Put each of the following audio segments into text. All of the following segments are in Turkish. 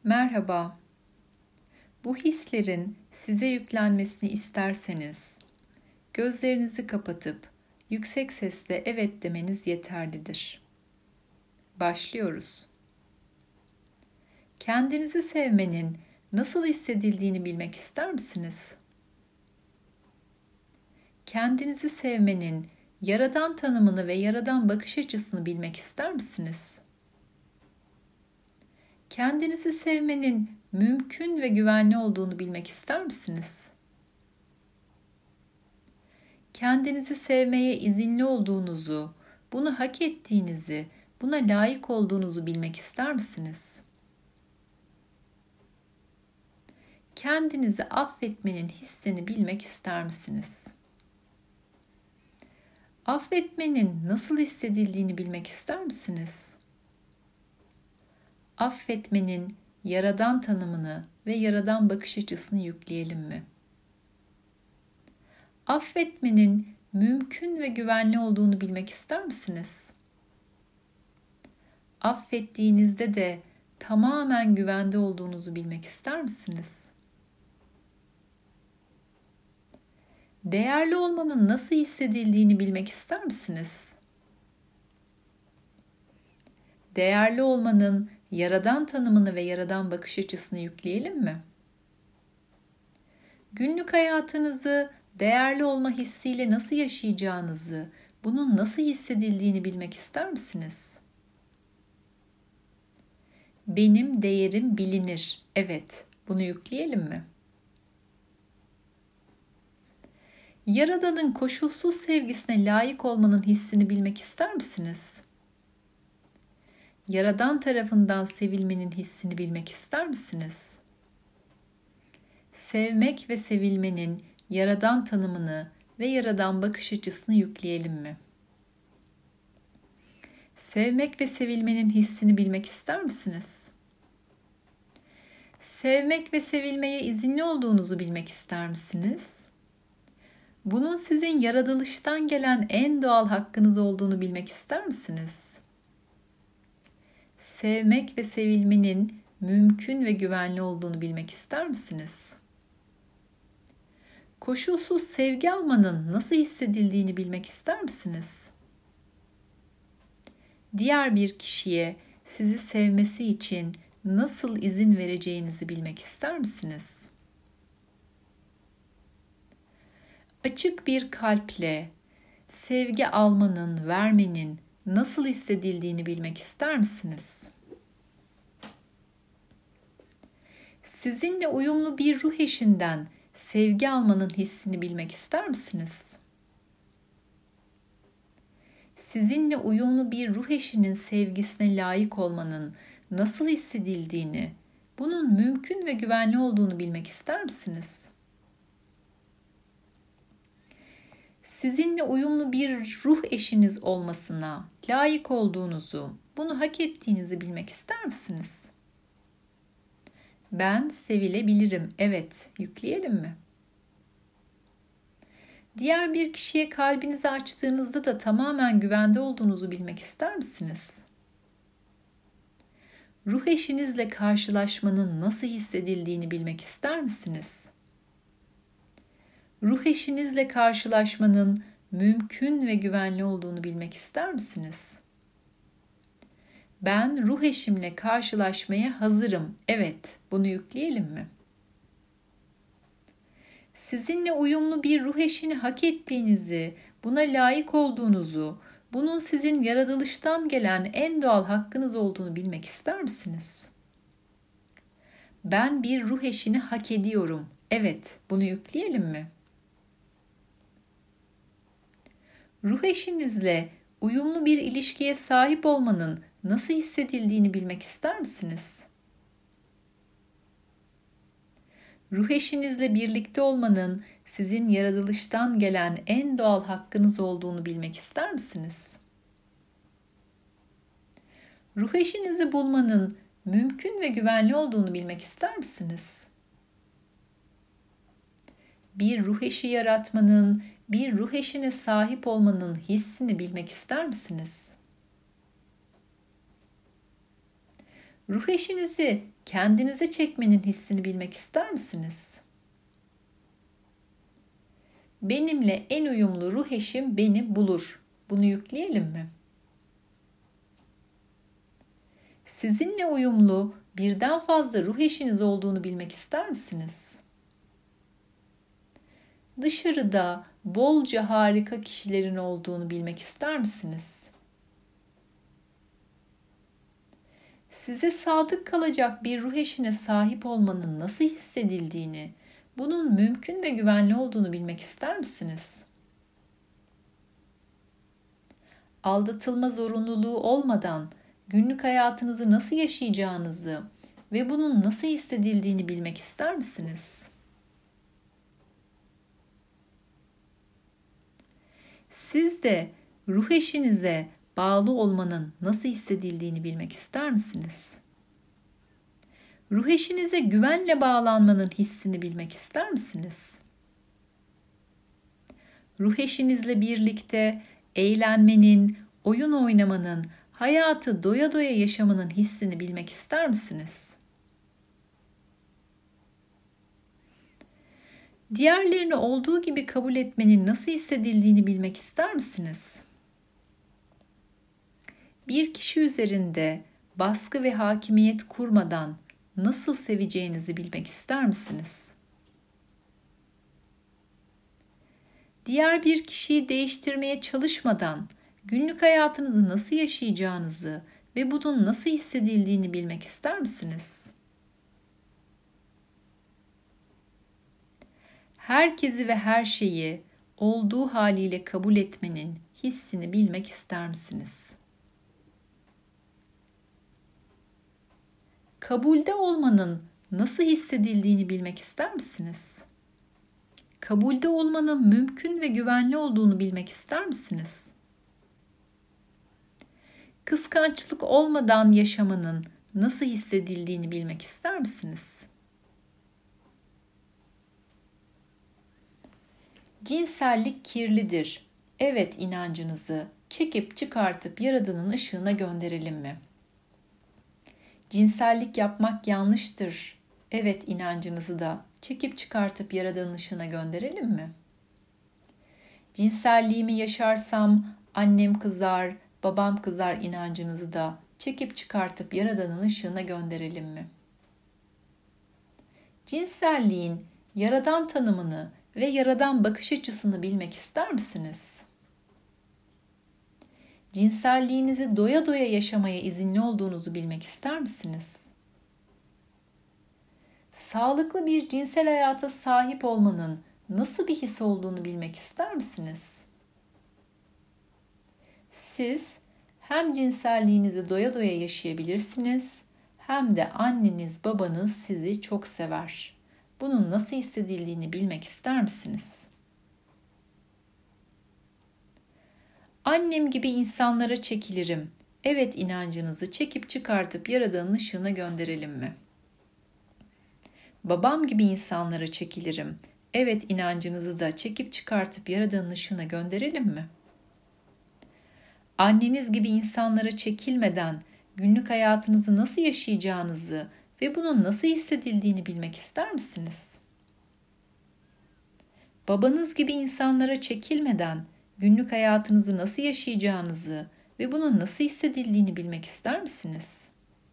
Merhaba. Bu hislerin size yüklenmesini isterseniz, gözlerinizi kapatıp yüksek sesle evet demeniz yeterlidir. Başlıyoruz. Kendinizi sevmenin nasıl hissedildiğini bilmek ister misiniz? Kendinizi sevmenin yaradan tanımını ve yaradan bakış açısını bilmek ister misiniz? Kendinizi sevmenin mümkün ve güvenli olduğunu bilmek ister misiniz? Kendinizi sevmeye izinli olduğunuzu, bunu hak ettiğinizi, buna layık olduğunuzu bilmek ister misiniz? Kendinizi affetmenin hissini bilmek ister misiniz? Affetmenin nasıl hissedildiğini bilmek ister misiniz? Affetmenin yaradan tanımını ve yaradan bakış açısını yükleyelim mi? Affetmenin mümkün ve güvenli olduğunu bilmek ister misiniz? Affettiğinizde de tamamen güvende olduğunuzu bilmek ister misiniz? Değerli olmanın nasıl hissedildiğini bilmek ister misiniz? Değerli olmanın yaradan tanımını ve yaradan bakış açısını yükleyelim mi? Günlük hayatınızı değerli olma hissiyle nasıl yaşayacağınızı, bunun nasıl hissedildiğini bilmek ister misiniz? Benim değerim bilinir. Evet, bunu yükleyelim mi? Yaradan'ın koşulsuz sevgisine layık olmanın hissini bilmek ister misiniz? Yaradan tarafından sevilmenin hissini bilmek ister misiniz? Sevmek ve sevilmenin yaradan tanımını ve yaradan bakış açısını yükleyelim mi? Sevmek ve sevilmenin hissini bilmek ister misiniz? Sevmek ve sevilmeye izinli olduğunuzu bilmek ister misiniz? Bunun sizin yaratılıştan gelen en doğal hakkınız olduğunu bilmek ister misiniz? Sevmek ve sevilmenin mümkün ve güvenli olduğunu bilmek ister misiniz? Koşulsuz sevgi almanın nasıl hissedildiğini bilmek ister misiniz? Diğer bir kişiye sizi sevmesi için nasıl izin vereceğinizi bilmek ister misiniz? Açık bir kalple sevgi almanın, vermenin nasıl hissedildiğini bilmek ister misiniz? Sizinle uyumlu bir ruh eşinden sevgi almanın hissini bilmek ister misiniz? Sizinle uyumlu bir ruh eşinin sevgisine layık olmanın nasıl hissedildiğini, bunun mümkün ve güvenli olduğunu bilmek ister misiniz? Sizinle uyumlu bir ruh eşiniz olmasına layık olduğunuzu, bunu hak ettiğinizi bilmek ister misiniz? Ben sevilebilirim. Evet, yükleyelim mi? Diğer bir kişiye kalbinizi açtığınızda da tamamen güvende olduğunuzu bilmek ister misiniz? Ruh eşinizle karşılaşmanın nasıl hissedildiğini bilmek ister misiniz? Ruh eşinizle karşılaşmanın mümkün ve güvenli olduğunu bilmek ister misiniz? Ben ruh eşimle karşılaşmaya hazırım. Evet, bunu yükleyelim mi? Sizinle uyumlu bir ruh eşini hak ettiğinizi, buna layık olduğunuzu, bunun sizin yaratılıştan gelen en doğal hakkınız olduğunu bilmek ister misiniz? Ben bir ruh eşini hak ediyorum. Evet, bunu yükleyelim mi? Ruh eşinizle uyumlu bir ilişkiye sahip olmanın nasıl hissedildiğini bilmek ister misiniz? Ruh eşinizle birlikte olmanın sizin yaratılıştan gelen en doğal hakkınız olduğunu bilmek ister misiniz? Ruh eşinizi bulmanın mümkün ve güvenli olduğunu bilmek ister misiniz? Bir ruh eşi yaratmanın, bir ruh eşine sahip olmanın hissini bilmek ister misiniz? Ruh eşinizi kendinize çekmenin hissini bilmek ister misiniz? Benimle en uyumlu ruh eşim beni bulur. Bunu yükleyelim mi? Sizinle uyumlu birden fazla ruh eşiniz olduğunu bilmek ister misiniz? Dışarıda bolca harika kişilerin olduğunu bilmek ister misiniz? Size sadık kalacak bir ruh eşine sahip olmanın nasıl hissedildiğini, bunun mümkün ve güvenli olduğunu bilmek ister misiniz? Aldatılma zorunluluğu olmadan günlük hayatınızı nasıl yaşayacağınızı ve bunun nasıl hissedildiğini bilmek ister misiniz? Siz de ruh eşinize bağlı olmanın nasıl hissedildiğini bilmek ister misiniz? Ruh eşinize güvenle bağlanmanın hissini bilmek ister misiniz? Ruh eşinizle birlikte eğlenmenin, oyun oynamanın, hayatı doya doya yaşamanın hissini bilmek ister misiniz? Diğerlerini olduğu gibi kabul etmenin nasıl hissedildiğini bilmek ister misiniz? Bir kişi üzerinde baskı ve hakimiyet kurmadan nasıl seveceğinizi bilmek ister misiniz? Diğer bir kişiyi değiştirmeye çalışmadan günlük hayatınızı nasıl yaşayacağınızı ve bunun nasıl hissedildiğini bilmek ister misiniz? Herkesi ve her şeyi olduğu haliyle kabul etmenin hissini bilmek ister misiniz? Kabulde olmanın nasıl hissedildiğini bilmek ister misiniz? Kabulde olmanın mümkün ve güvenli olduğunu bilmek ister misiniz? Kıskançlık olmadan yaşamanın nasıl hissedildiğini bilmek ister misiniz? Cinsellik kirlidir. Evet inancınızı çekip çıkartıp Yaradan'ın ışığına gönderelim mi? Cinsellik yapmak yanlıştır. Evet inancınızı da çekip çıkartıp Yaradan'ın ışığına gönderelim mi? Cinselliğimi yaşarsam annem kızar, babam kızar inancınızı da çekip çıkartıp Yaradan'ın ışığına gönderelim mi? Cinselliğin Yaradan tanımını ve Yaradan bakış açısını bilmek ister misiniz? Cinselliğinizi doya doya yaşamaya izinli olduğunuzu bilmek ister misiniz? Sağlıklı bir cinsel hayata sahip olmanın nasıl bir his olduğunu bilmek ister misiniz? Siz hem cinselliğinizi doya doya yaşayabilirsiniz, hem de anneniz, babanız sizi çok sever. Bunun nasıl hissedildiğini bilmek ister misiniz? Annem gibi insanlara çekilirim. Evet inancınızı çekip çıkartıp Yaradan'ın ışığına gönderelim mi? Babam gibi insanlara çekilirim. Evet inancınızı da çekip çıkartıp Yaradan'ın ışığına gönderelim mi? Anneniz gibi insanlara çekilmeden günlük hayatınızı nasıl yaşayacağınızı ve bunun nasıl hissedildiğini bilmek ister misiniz? Babanız gibi insanlara çekilmeden günlük hayatınızı nasıl yaşayacağınızı ve bunun nasıl hissedildiğini bilmek ister misiniz?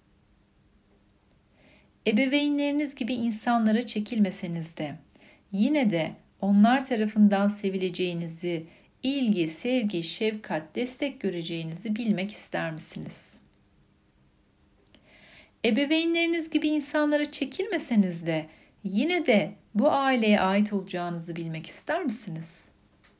Ebeveynleriniz gibi insanlara çekilmeseniz de yine de onlar tarafından sevileceğinizi, ilgi, sevgi, şefkat, destek göreceğinizi bilmek ister misiniz? Ebeveynleriniz gibi insanlara çekilmeseniz de yine de bu aileye ait olacağınızı bilmek ister misiniz?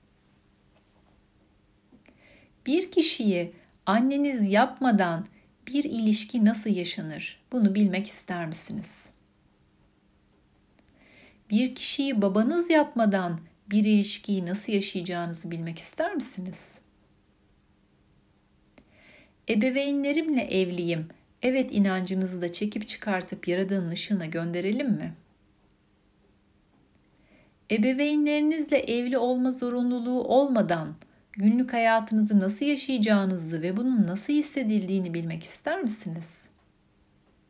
Bir kişiyi anneniz yapmadan bir ilişki nasıl yaşanır? Bunu bilmek ister misiniz? Bir kişiyi babanız yapmadan bir ilişkiyi nasıl yaşayacağınızı bilmek ister misiniz? Ebeveynlerimle evliyim. Evet inancınızı da çekip çıkartıp Yaradan'ın ışığına gönderelim mi? Ebeveynlerinizle evli olma zorunluluğu olmadan günlük hayatınızı nasıl yaşayacağınızı ve bunun nasıl hissedildiğini bilmek ister misiniz?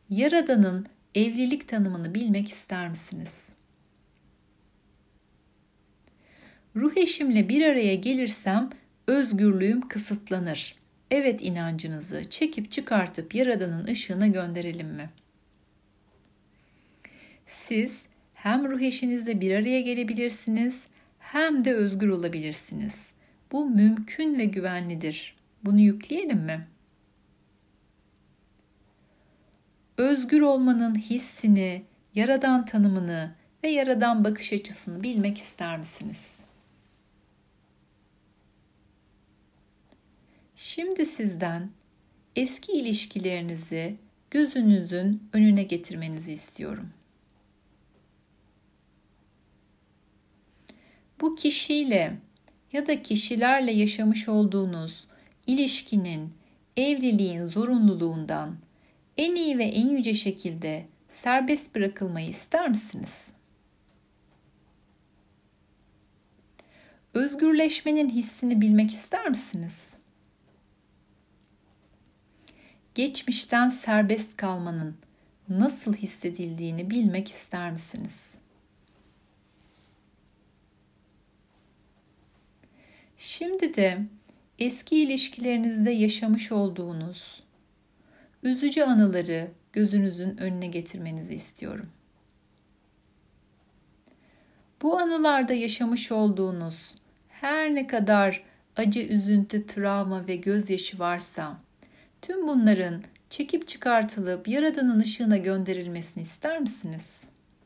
Yaradan'ın evlilik tanımını bilmek ister misiniz? Ruh eşimle bir araya gelirsem özgürlüğüm kısıtlanır. Evet inancınızı çekip çıkartıp Yaradan'ın ışığına gönderelim mi? Siz hem ruh eşinizle bir araya gelebilirsiniz hem de özgür olabilirsiniz. Bu mümkün ve güvenlidir. Bunu yükleyelim mi? Özgür olmanın hissini, Yaradan tanımını ve Yaradan bakış açısını bilmek ister misiniz? Şimdi sizden eski ilişkilerinizi gözünüzün önüne getirmenizi istiyorum. Bu kişiyle ya da kişilerle yaşamış olduğunuz ilişkinin, evliliğin zorunluluğundan en iyi ve en yüce şekilde serbest bırakılmayı ister misiniz? Özgürleşmenin hissini bilmek ister misiniz? Geçmişten serbest kalmanın nasıl hissedildiğini bilmek ister misiniz? Şimdi de eski ilişkilerinizde yaşamış olduğunuz üzücü anıları gözünüzün önüne getirmenizi istiyorum. Bu anılarda yaşamış olduğunuz her ne kadar acı, üzüntü, travma ve gözyaşı varsa, tüm bunların çekip çıkartılıp Yaradan'ın ışığına gönderilmesini ister misiniz?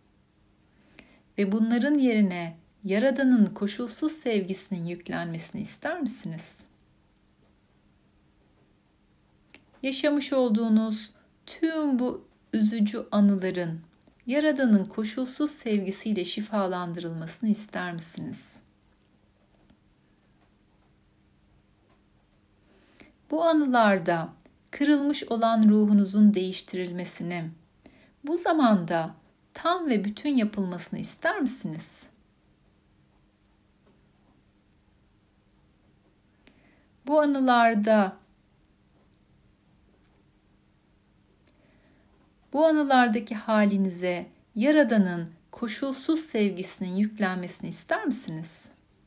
Ve bunların yerine Yaradan'ın koşulsuz sevgisinin yüklenmesini ister misiniz? Yaşamış olduğunuz tüm bu üzücü anıların Yaradan'ın koşulsuz sevgisiyle şifalandırılmasını ister misiniz? Bu anılarda kırılmış olan ruhunuzun değiştirilmesini, bu zamanda tam ve bütün yapılmasını ister misiniz? Bu anılardaki halinize Yaradan'ın koşulsuz sevgisinin yüklenmesini ister misiniz?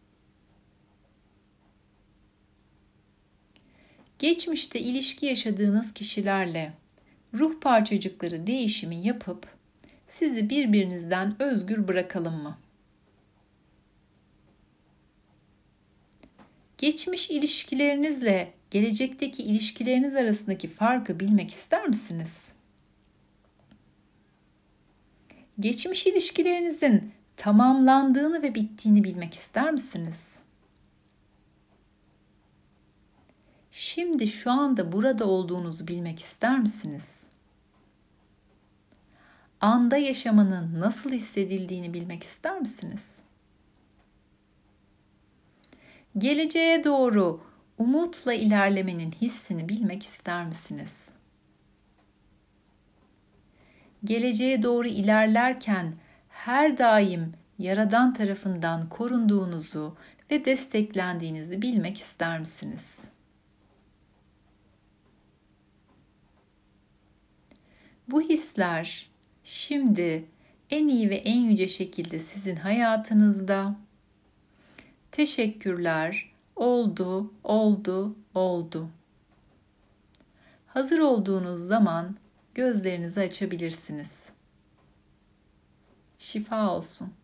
Geçmişte ilişki yaşadığınız kişilerle ruh parçacıkları değişimi yapıp sizi birbirinizden özgür bırakalım mı? Geçmiş ilişkilerinizle gelecekteki ilişkileriniz arasındaki farkı bilmek ister misiniz? Geçmiş ilişkilerinizin tamamlandığını ve bittiğini bilmek ister misiniz? Şimdi şu anda burada olduğunuzu bilmek ister misiniz? Anda yaşamanın nasıl hissedildiğini bilmek ister misiniz? Geleceğe doğru umutla ilerlemenin hissini bilmek ister misiniz? Geleceğe doğru ilerlerken her daim Yaradan tarafından korunduğunuzu ve desteklendiğinizi bilmek ister misiniz? Bu hisler şimdi en iyi ve en yüce şekilde sizin hayatınızda. Teşekkürler. Oldu, oldu, oldu. Hazır olduğunuz zaman gözlerinizi açabilirsiniz. Şifa olsun.